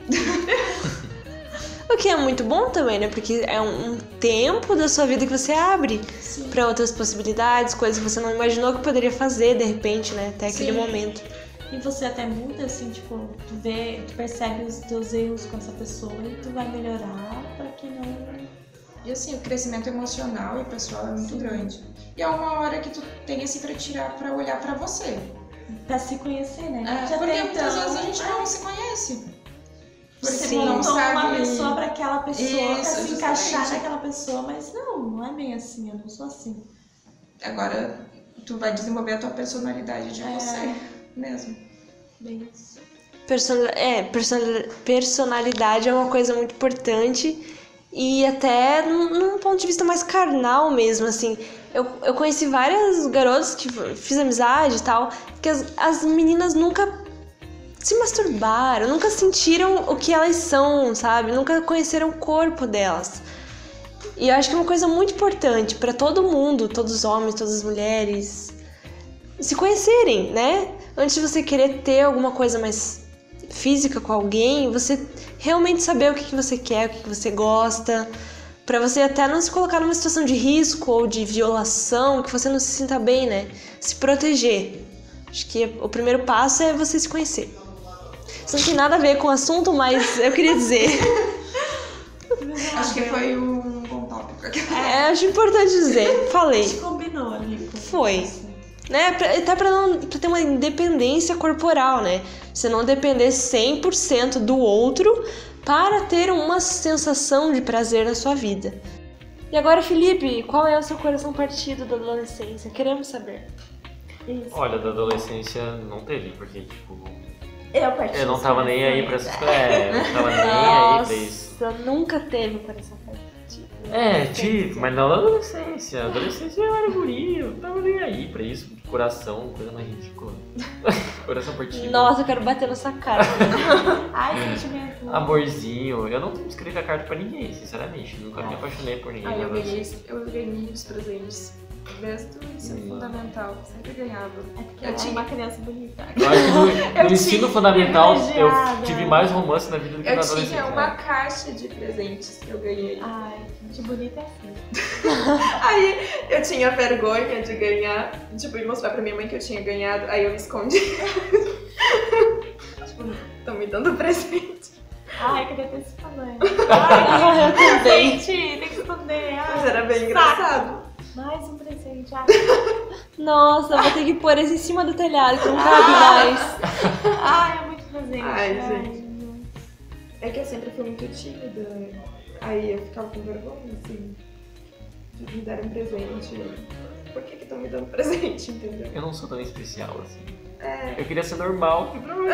O que é muito bom também, né? Porque é um, um tempo da sua vida que você abre para outras possibilidades, coisas que você não imaginou que poderia fazer de repente, né? Até aquele Sim. momento. E você até muda, assim, tipo, tu vê, tu percebe os teus erros com essa pessoa e tu vai melhorar pra que não... E assim, o crescimento emocional e pessoal é muito grande. E é uma hora que tu tem assim pra tirar, pra olhar pra você. Pra se conhecer, né? É, Já porque até muitas então, vezes a gente não se conhece. Porque Você Sim. não montou sabe... uma pessoa pra aquela pessoa, pra Isso, se encaixar justamente. naquela pessoa, mas não, não é bem assim, eu não sou assim. Agora tu vai desenvolver a tua personalidade de É. você mesmo. Bem isso. Person... É, person... personalidade é uma coisa muito importante e até num, num ponto de vista mais carnal mesmo, assim. Eu, eu conheci várias garotas que fiz amizade e tal, que as, as meninas nunca se masturbaram, nunca sentiram o que elas são, sabe? Nunca conheceram o corpo delas. E eu acho que é uma coisa muito importante pra todo mundo, todos os homens, todas as mulheres, se conhecerem, né? Antes de você querer ter alguma coisa mais física com alguém, você realmente saber o que, que você quer, o que, que você gosta, pra você até não se colocar numa situação de risco ou de violação, que você não se sinta bem, né? Se proteger. Acho que o primeiro passo é você se conhecer. Isso não tem nada a ver com o assunto, mas eu queria dizer. Acho que foi um bom tópico aqui. É, acho importante dizer. A Falei. gente combinou ali. Com Foi. isso. Né? Pra- Até pra, não, pra ter uma independência corporal, né? Você não depender cem por cento do outro para ter uma sensação de prazer na sua vida. E agora, Felipe, qual é o seu coração partido da adolescência? Queremos saber. Isso. Olha, da adolescência não teve, porque, tipo, Eu, parti eu não dos tava nem aí pra corações. essas coisas. É, eu não tava nem aí pra isso. Nossa, nunca teve um coração partido. É, tipo, mas não na adolescência. Na adolescência eu era guri, eu não tava nem aí pra isso. Coração, coisa mais ridícula. Coração partido. Nossa, eu quero bater nessa cara. Ai, sentimento. Amorzinho, eu não tenho escrito a carta pra ninguém, sinceramente. Nunca me apaixonei por ninguém. Aí eu na ganhei, adolescência. eu ganhei os presentes. Desde o ensino Hum. fundamental, sempre ganhava. É porque Eu eu tinha- tinha uma criança bonita. Eu acho que no, no Eu ensino tinha fundamental eu privilegiada. tive mais romance na vida do que Eu na adolescência. tinha uma né? caixa de presentes que eu ganhei. Ai, gente bonita é assim. Aí eu tinha vergonha de ganhar, tipo, de mostrar pra minha mãe que eu tinha ganhado, aí eu me escondi. Tipo, estão me dando presente. Ai, eu queria ter esse tamanho. Eu também. Gente, tem que esconder. Ai, Mas era bem saco. engraçado. Mais um presente. Ai, Nossa, vou ter que pôr esse em cima do telhado, que não cabe mais. ai, é muito presente. Ai, Ai, gente. É que eu sempre fui muito tímida. Aí eu ficava com vergonha, assim, de me dar um presente. Por que que estão me dando presente, entendeu? Eu não sou tão especial assim. É, Eu queria ser normal. que problema.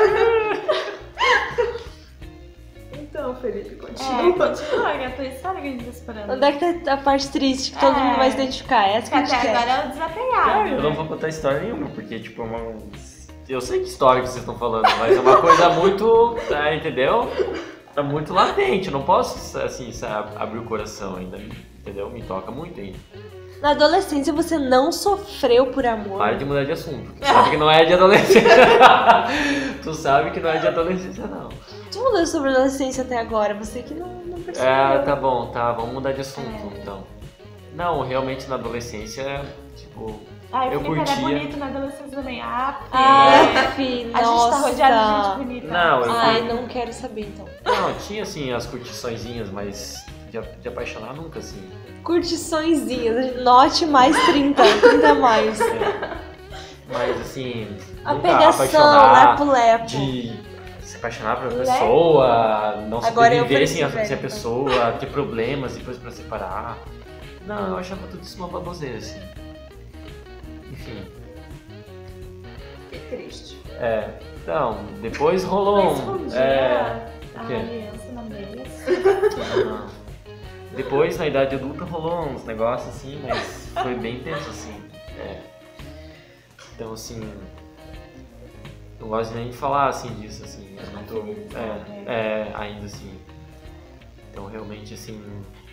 então, Felipe, É, continua. continua, é a tua história que a gente tá esperando. Onde é que tá a parte triste que todo É. mundo vai se identificar? Essa que a Até gente quer. agora é o desapegado. Eu não vou contar história nenhuma, porque, tipo, é uma... eu sei que história que vocês estão falando, mas é uma coisa muito, tá, entendeu? Tá muito latente, eu não posso, assim, sabe, abrir o coração ainda, entendeu? Me toca muito ainda. Na adolescência você não sofreu por amor. Para de mudar de assunto. Tu sabe que não é de adolescência. Tu sabe que não é de adolescência, não. Tu mudou sobre adolescência até agora, você que não, não percebeu. É, tá bom, tá. Vamos mudar de assunto, é. então. Não, realmente na adolescência, tipo... Ah, eu o Felipe curtia... era bonito na adolescência também. Ah, ah fi, a nossa. gente tá rodeado de gente bonita. Não, eu... Ai, não quero saber, então. Não, tinha, assim, as curtiçõezinhas, mas de, de apaixonar nunca, assim. Curtiçõezinhas, note mais trinta, trinta mais. É. Mas, assim, a nunca pegação, lepo-lepo. De se apaixonar por uma pessoa, não sobreviver sem a, sem a pessoa, ter problemas depois pra separar. Não, eu achava tudo isso uma baboseira, assim. Enfim. Que triste. É, então, depois rolou um... É, a o quê? aliança na mesa. Não. Depois, na idade adulta, rolou uns negócios assim, mas foi bem tenso, assim. É. Então, assim... Não gosto nem de falar, assim, disso, assim. É muito... É, é, ainda assim. Então, realmente, assim...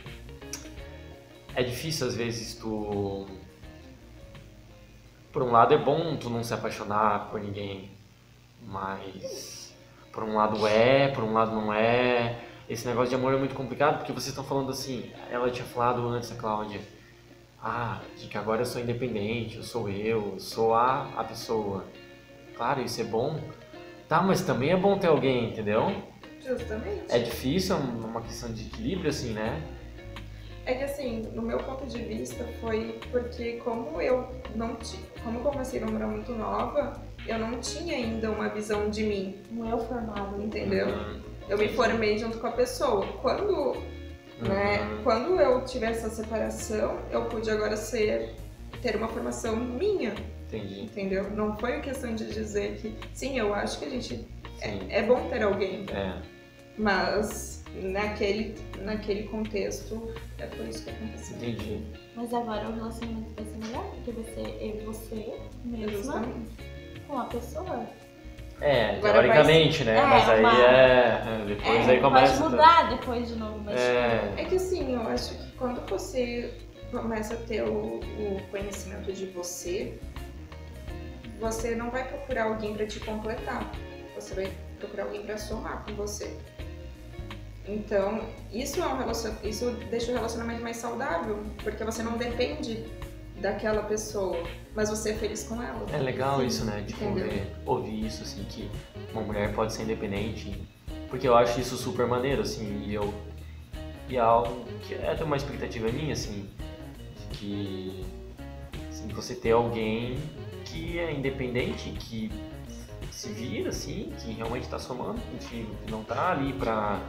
É difícil, às vezes, tu... Por um lado é bom tu não se apaixonar por ninguém, mas por um lado é, por um lado não é. Esse negócio de amor é muito complicado porque vocês estão falando assim, ela tinha falado antes, a Cláudia, ah, de que agora eu sou independente, eu sou eu, eu sou a, a pessoa. Claro, isso é bom, tá, mas também é bom ter alguém, entendeu? Justamente. É difícil, é uma questão de equilíbrio, assim, né? É que assim, no meu ponto de vista foi porque como eu não tinha, como eu comecei a namorar muito nova, eu não tinha ainda uma visão de mim. Um eu formado, entendeu? Uhum. Eu me formei junto com a pessoa. Quando, uhum. né, quando eu tive essa separação, eu pude agora ser, ter uma formação minha. Entendi. Entendeu? Não foi questão de dizer que, sim, eu acho que a gente, é, é bom ter alguém. É. Mas... Naquele, naquele contexto, é por isso que aconteceu. Entendi. Mas agora o relacionamento vai ser melhor, porque vai ser eu e você mesma Justamente. com a pessoa. É, agora teoricamente, vai... né? É, mas aí uma... é... Depois é, aí começa... Pode mudar depois de novo, mas... É... é que assim, eu acho que quando você começa a ter o, o conhecimento de você, você não vai procurar alguém para te completar. Você vai procurar alguém para somar com você. Então, isso, é um relacion... isso deixa o relacionamento mais saudável, porque você não depende daquela pessoa, mas você é feliz com ela. É legal. Sim. Isso, né? De Entendeu? ouvir isso, assim, que uma mulher pode ser independente, porque eu acho isso super maneiro, assim, e eu... E é algo que é até uma expectativa minha, assim, de que assim, você ter alguém que é independente, que se vira, assim, que realmente tá somando contigo, que não tá ali pra...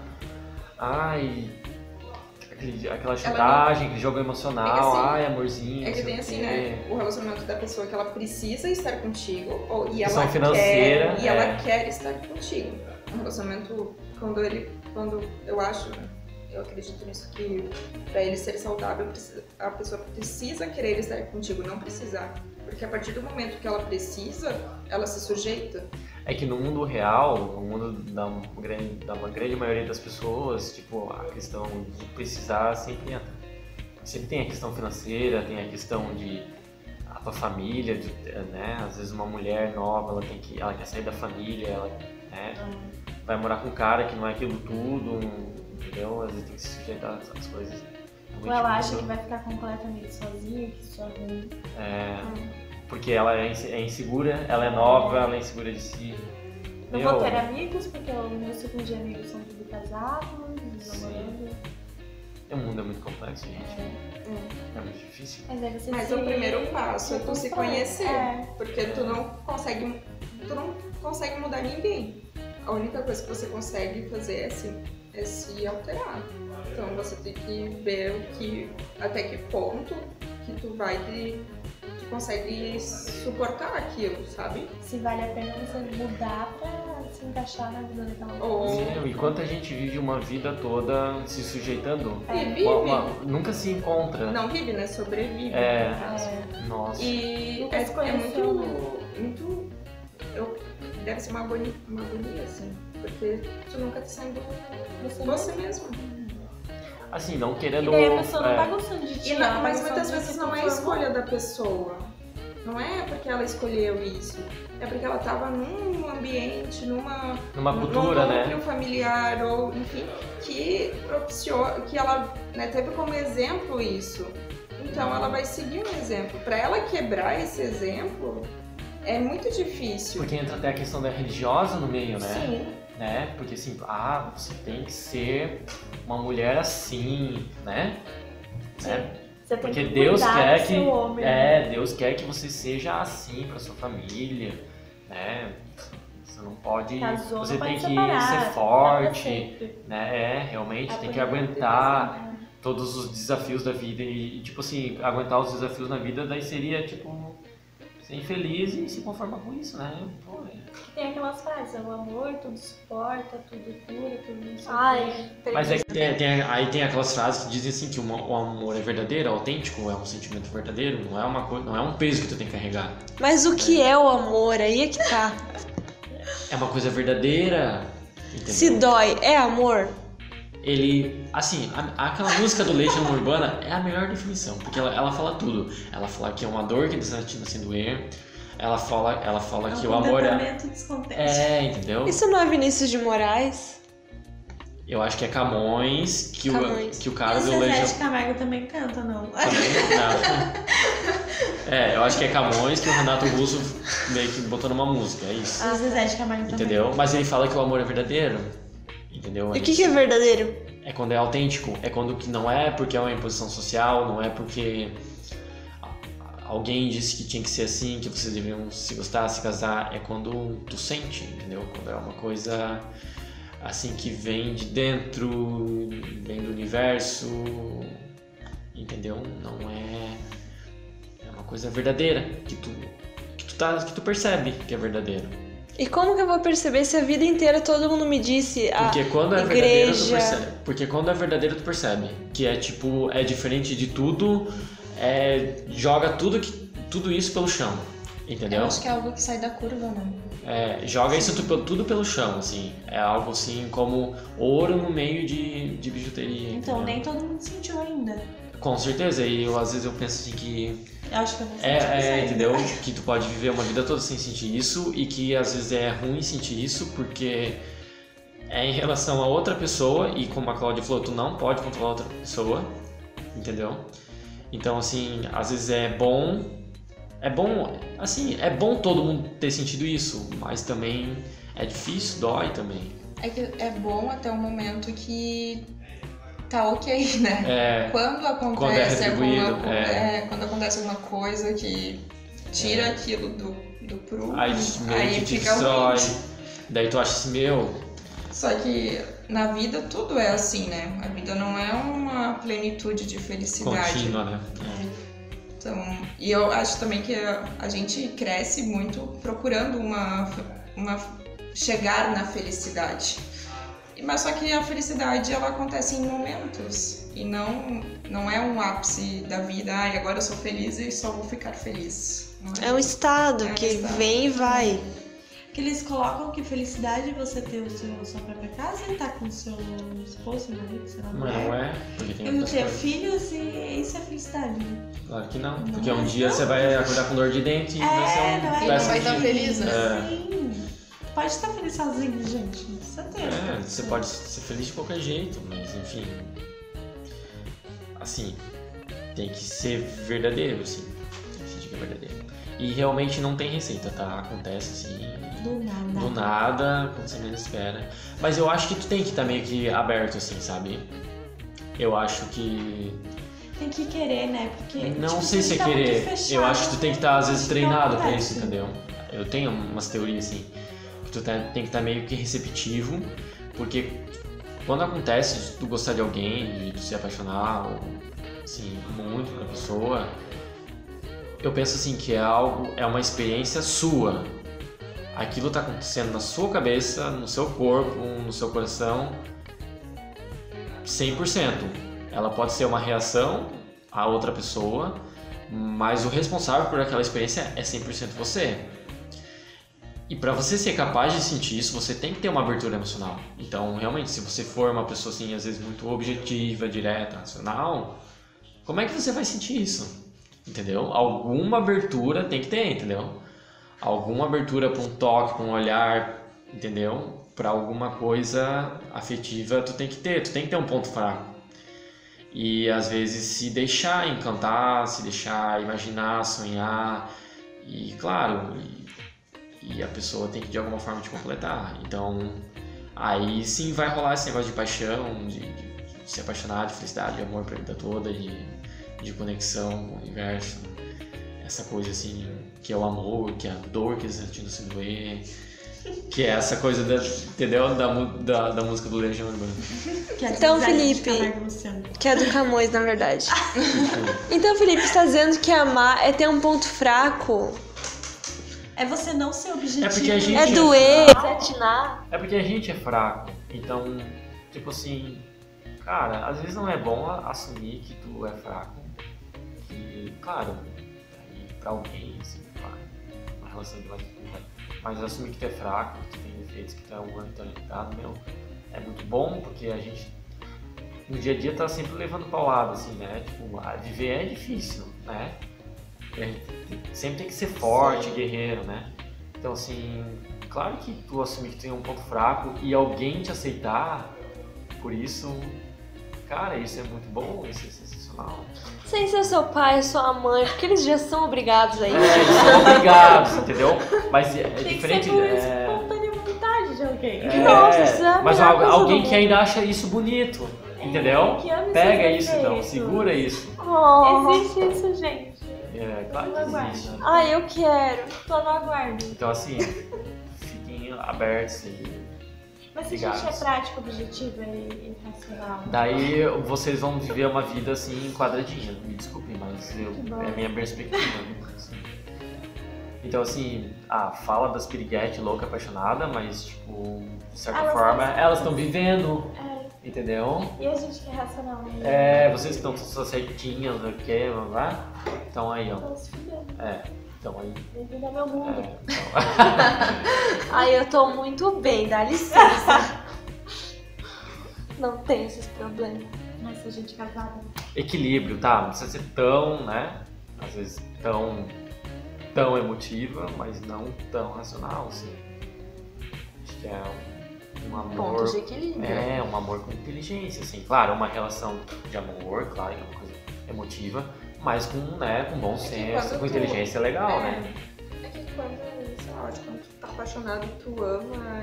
Ai, aquele, aquela chantagem, aquele jogo emocional, é assim, ai, amorzinho. É que tem assim, né? O relacionamento da pessoa que ela precisa estar contigo ou, e ela financeira, quer, e é. ela quer estar contigo. Um relacionamento, quando ele, quando eu acho, eu acredito nisso, que pra ele ser saudável, a pessoa precisa querer estar contigo, não precisar. Porque a partir do momento que ela precisa, ela se sujeita. É que no mundo real, no mundo da grande, da uma grande maioria das pessoas, tipo, a questão de precisar sempre entra. Sempre tem a questão financeira, tem a questão de a tua família, de, né? Às vezes uma mulher nova, ela tem que, ela quer sair da família, ela, né? Vai morar com um cara que não é aquilo tudo, entendeu? Às vezes tem que se sujeitar às coisas. Ou ela acha que vai ficar completamente sozinha, que isso é ruim. É, porque ela é insegura, ela é nova, ela é insegura de si. Não Meu... vou ter amigos, porque o meu círculo de amigos são tudo casados, namorando. O mundo é muito complexo, gente. É, é muito difícil. Mas, aí você Mas se... o primeiro passo é tu se conhecer. É. Porque tu não consegue, tu não consegue mudar ninguém. A única coisa que você consegue fazer é se, é se alterar. Então você tem que ver o que, até que ponto que tu vai que tu consegue suportar aquilo, sabe? Se vale a pena você mudar pra se encaixar na vida daquela Ou... pessoa. E quanto a gente vive uma vida toda se sujeitando, E vive. uma, uma, nunca se encontra. Não vive, né? Sobrevive. É, no caso. É. Nossa. E Nunca é, se é conheceu, muito, né? muito eu, deve ser uma agonia, uma agonia, assim, porque tu nunca tá sendo Você você mesmo. assim, não E querendo... daí a pessoa não é, tá gostando de ti. E não- ela tá mas gostando muitas de vezes se não é a conformar. escolha da pessoa. Não é porque ela escolheu isso. É porque ela estava num ambiente, numa numa cultura, num né? núcleo familiar ou enfim que propiciou, que ela, né, teve como exemplo isso. Então ela vai seguir um exemplo. Para ela quebrar esse exemplo é muito difícil. Porque entra até a questão da religiosa no meio, né? Sim. Né? Porque assim, ah, você tem que ser uma mulher assim, né? né? Você tem Porque que Deus cuidar quer do que seu homem, né? é, Deus quer que você seja assim para sua família, né? Você não pode, Casou, você não tem pode que separar, ser dá pra forte, sempre. né? É, realmente tem que Apanhar aguentar depois, né? todos os desafios da vida e, e, tipo assim, aguentar os desafios na vida, daí seria tipo ser infeliz e se conformar com isso, né? Pô, é. Tem aquelas frases, é o amor, tudo suporta, tudo cura, tudo não sei o Ai, quê. Mas é que tem, tem- aí tem aquelas frases que dizem assim que uma- o amor é verdadeiro, é autêntico, é um sentimento verdadeiro, não é uma coisa, não é um peso que tu tem que carregar. Mas o que é o amor? Aí é que tá. É uma coisa verdadeira, entendeu? Se dói, é amor? Ele, assim, a- aquela música do Legião Urbana é a melhor definição, porque ela, ela fala tudo. Ela fala que é uma dor que destina sem doer. Ela fala, ela fala É um que o amor é, contentamento descontente. é, entendeu? Isso não é Vinícius de Moraes? Eu acho que é Camões que Camões. o que o E cara o do Zezé Legião de Camargo também canta, não? Também não. É, eu acho que é Camões que o Renato Russo meio que botou numa música, é isso. O Zezé de Camargo também. Entendeu? Mas ele fala que o amor é verdadeiro. Entendeu? E o que, que é verdadeiro? É quando é autêntico, é quando que não é porque é uma imposição social, não é porque alguém disse que tinha que ser assim, que vocês deveriam se gostar, se casar, é quando tu sente, entendeu? Quando é uma coisa assim que vem de dentro, vem do universo, entendeu? Não é é uma coisa verdadeira que tu que tu tá que tu percebe que é verdadeiro. E como que eu vou perceber se a vida inteira todo mundo me disse a Porque quando é verdadeiro, tu igreja... percebe. Porque quando é verdadeiro, tu percebe. Que é tipo, é diferente de tudo, é, joga tudo, que, tudo isso pelo chão. Entendeu? Eu acho que é algo que sai da curva, né? É, joga isso tudo, tudo pelo chão, assim. É algo assim como ouro no meio de, de bijuteria. Então, entendeu? nem todo mundo sentiu ainda. Com certeza, e eu, às vezes eu penso assim que. Eu acho que eu não senti É, isso é, ainda. entendeu? Que tu pode viver uma vida toda sem sentir isso e que às vezes é ruim sentir isso porque é em relação a outra pessoa e como a Cláudia falou, tu não pode controlar outra pessoa, entendeu? Então, assim, às vezes é bom, é bom, assim, é bom todo mundo ter sentido isso, mas também é difícil, dói também. É que é bom até o momento que tá ok, né? É, Quando acontece Quando é retribuído, alguma co- é. é, quando acontece alguma coisa que tira É. aquilo do, do prumo, aí meio aí que te fica destrói, ruim. daí tu acha assim, meu, Só que na vida tudo é assim, né? A vida não é uma plenitude de felicidade. contínua, né? Então, e eu acho também que a, a gente cresce muito procurando uma, uma chegar na felicidade. Mas só que a felicidade ela acontece em momentos e não não é um ápice da vida. Ai, agora eu sou feliz e só vou ficar feliz. Não É um estado É um que estado. vem e vai. Que eles colocam que felicidade é você ter o seu, sua própria casa e estar com o seu esposo, seu marido, sei lá. Mas não é, porque tem E não outras ter coisas. filhos e isso é felicidade. Né? Claro que não, Não porque é, um dia não. você vai acordar com dor de dente e vai ser um não é vai não vai sentir- estar feliz, né? É. Sim. Pode estar feliz sozinho, gente. Não precisa ter. É, você pode ser feliz de qualquer jeito, mas enfim. Assim, tem que ser verdadeiro, assim. Tem que sentir que é verdadeiro. E realmente não tem receita, tá? Acontece assim, Do nada. do nada, quando você menos espera. Mas eu acho que tu tem que estar meio que aberto, assim, sabe? Eu acho que. Tem que querer, né? Porque. Não tipo, sei se é tá muito querer. fechado, Eu acho que tu tem que estar, às vezes, acho que não treinado pra acontece. isso, entendeu? Eu tenho umas teorias assim, que tu tá- tem que estar meio que receptivo, porque quando acontece de tu gostar de alguém, de tu se apaixonar, ou, assim, muito pela pessoa, eu penso assim que é algo, é uma experiência sua. Aquilo tá acontecendo na sua cabeça, no seu corpo, no seu coração, cem por cento. Ela pode ser uma reação a outra pessoa, mas o responsável por aquela experiência é cem por cento você. E pra você ser capaz de sentir isso, você tem que ter uma abertura emocional. Então, realmente, se você for uma pessoa, assim, às vezes muito objetiva, direta, racional, como é que você vai sentir isso? Entendeu? Alguma abertura tem que ter, entendeu? Alguma abertura pra um toque, pra um olhar, entendeu? Pra alguma coisa afetiva, tu tem que ter. Tu tem que ter um ponto fraco. E, às vezes, se deixar encantar, se deixar imaginar, sonhar. E, claro... E, E a pessoa tem que de alguma forma te completar. Então, aí sim vai rolar esse negócio de paixão, de, de, de se apaixonar, de felicidade, de amor pra vida toda, de, de conexão com o universo. Essa coisa assim, que é o amor, que é a dor que eles sentindo se doer. Que é essa coisa, da, entendeu? Da, da, da música do Legião Urbana. Que é Então, Zé de Felipe, Camargo e Luciano. que é do Camões, na verdade. Então, Felipe, você tá dizendo que amar é ter um ponto fraco? É você não ser objetivo. É porque a gente É é doer, fraco. é atinar? É porque a gente é fraco. Então, tipo assim, cara, às vezes não é bom assumir que tu é fraco. Que, claro, aí pra alguém, assim, claro, uma relação de mais dificuldade. Mas assumir que tu é fraco, que tu tem defeitos, que tu é humano, que tu é limitado, meu, é muito bom porque a gente no dia a dia tá sempre levando paulada, assim, né? Tipo, a viver é difícil, né? A gente sempre tem que ser forte, Sim. guerreiro, né? Então, assim, claro que tu assumir que tu tem um ponto fraco e alguém te aceitar por isso, cara, isso é muito bom, isso é sensacional. Sem ser seu pai, sua mãe, porque eles já são obrigados a isso. É, eles são obrigados, entendeu? Mas é, é Tem diferente. que ser por é... espontânea vontade de alguém. É, Nossa, isso é a mas melhor al- coisa alguém do que mundo. ainda acha isso bonito, entendeu? que ama Pega seus isso então, defeitos. segura isso. Oh. Existe isso, gente. É, claro que existe, né? Ai, eu quero. Tô no aguardo. Então assim, fiquem abertos e Mas se a ligados. gente é prático, objetivo e racional. Daí vocês vão viver uma vida assim quadradinha, me desculpem, mas eu, Que bom. é a minha perspectiva. Assim. Então assim, ah, fala das piriguete louca apaixonada, mas tipo, de certa Elas forma, não- elas estão vivendo, É. entendeu? E a gente que é racional, né? É, vocês que estão só certinhas, não sei o que, blá blá. Então aí, ó. Estão se fudendo. É, então aí. Bem-vindo ao meu mundo. É, então. Ai, eu tô muito bem, dá licença. Não tem esses problemas. Mas se a gente casada. Equilíbrio, tá? Não precisa ser tão, né? Às vezes tão, tão emotiva, mas não tão racional, assim. Acho que é um, um amor. Ponto de equilíbrio. É, um amor com inteligência, assim. Claro, uma relação de amor, claro, que é uma coisa emotiva, mas com, né, com bom senso, quando com tu- inteligência legal, é, né? É que quando, sei lá, quando tu tá apaixonado e tu ama,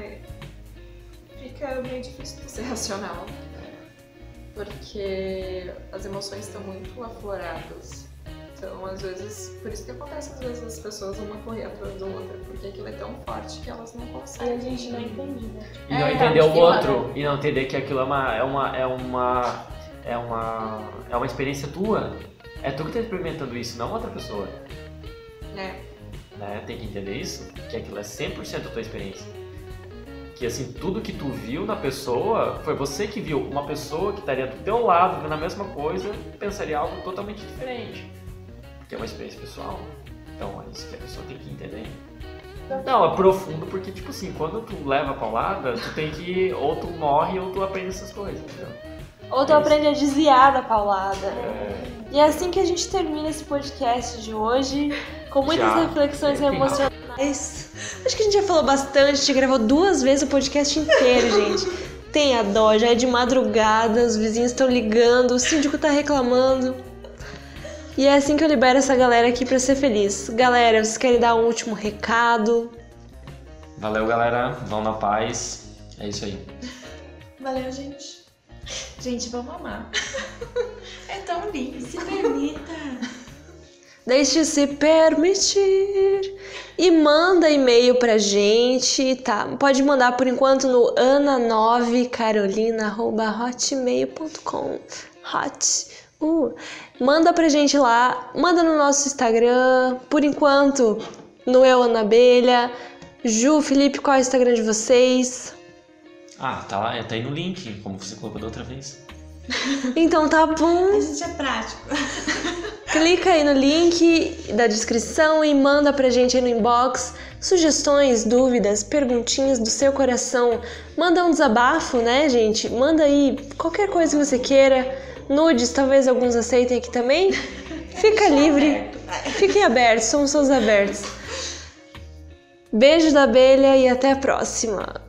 fica meio difícil tu ser racional. Porque as emoções estão muito afloradas. Então, às vezes, por isso que acontece às vezes as pessoas uma correr atrás da outra, porque aquilo é tão forte que elas não E conseguem. a gente não entende, né? E não É, entender o acho que outro, e não entender que aquilo é uma, é uma, é uma, é uma, é uma experiência tua. É tu que tá experimentando isso, não outra pessoa. né? Né? Tem que entender isso, que aquilo é cem por cento a tua experiência. Que assim, tudo que tu viu na pessoa, foi você que viu. Uma pessoa que estaria do teu lado, vendo a mesma coisa, pensaria algo totalmente diferente. Porque é uma experiência pessoal. Então é isso que a pessoa tem que entender. Não, é profundo porque, tipo assim, quando tu leva a paulada, tu tem que, ou tu morre ou tu aprende essas coisas, entendeu? Ou tu aprende a desviar da paulada. É, E é assim que a gente termina esse podcast de hoje, com muitas Já. reflexões Bem emocionais. Acho que a gente já falou bastante, a gente gravou duas vezes o podcast inteiro, gente. Tenha dó, já é de madrugada, os vizinhos estão ligando, o síndico tá reclamando. E é assim que eu libero essa galera aqui pra ser feliz. Galera, vocês querem dar um último recado? valeu, galera. Vão na paz. É isso aí. Valeu, gente. Gente, vamos amar. É tão lindo. Se permita. Deixe-se permitir. E manda e-mail pra gente, tá? Pode mandar por enquanto no ana nove carolina arroba hotmail ponto com. Hot. Uh. Manda pra gente lá. Manda no nosso Instagram. Por enquanto, no Eu Ana Abelha. Ju, Felipe, qual é o Instagram de vocês? Ah, tá lá, tá aí no link, como você colocou da outra vez. Então tá A bom. gente é prático. Clica aí no link da descrição e manda pra gente aí no inbox sugestões, dúvidas, perguntinhas do seu coração. Manda um desabafo, né, gente? Manda aí qualquer coisa que você queira. Nudes, talvez alguns aceitem aqui também. Fica livre. Fiquem abertos, somos todos abertos. Beijo da abelha e até a próxima.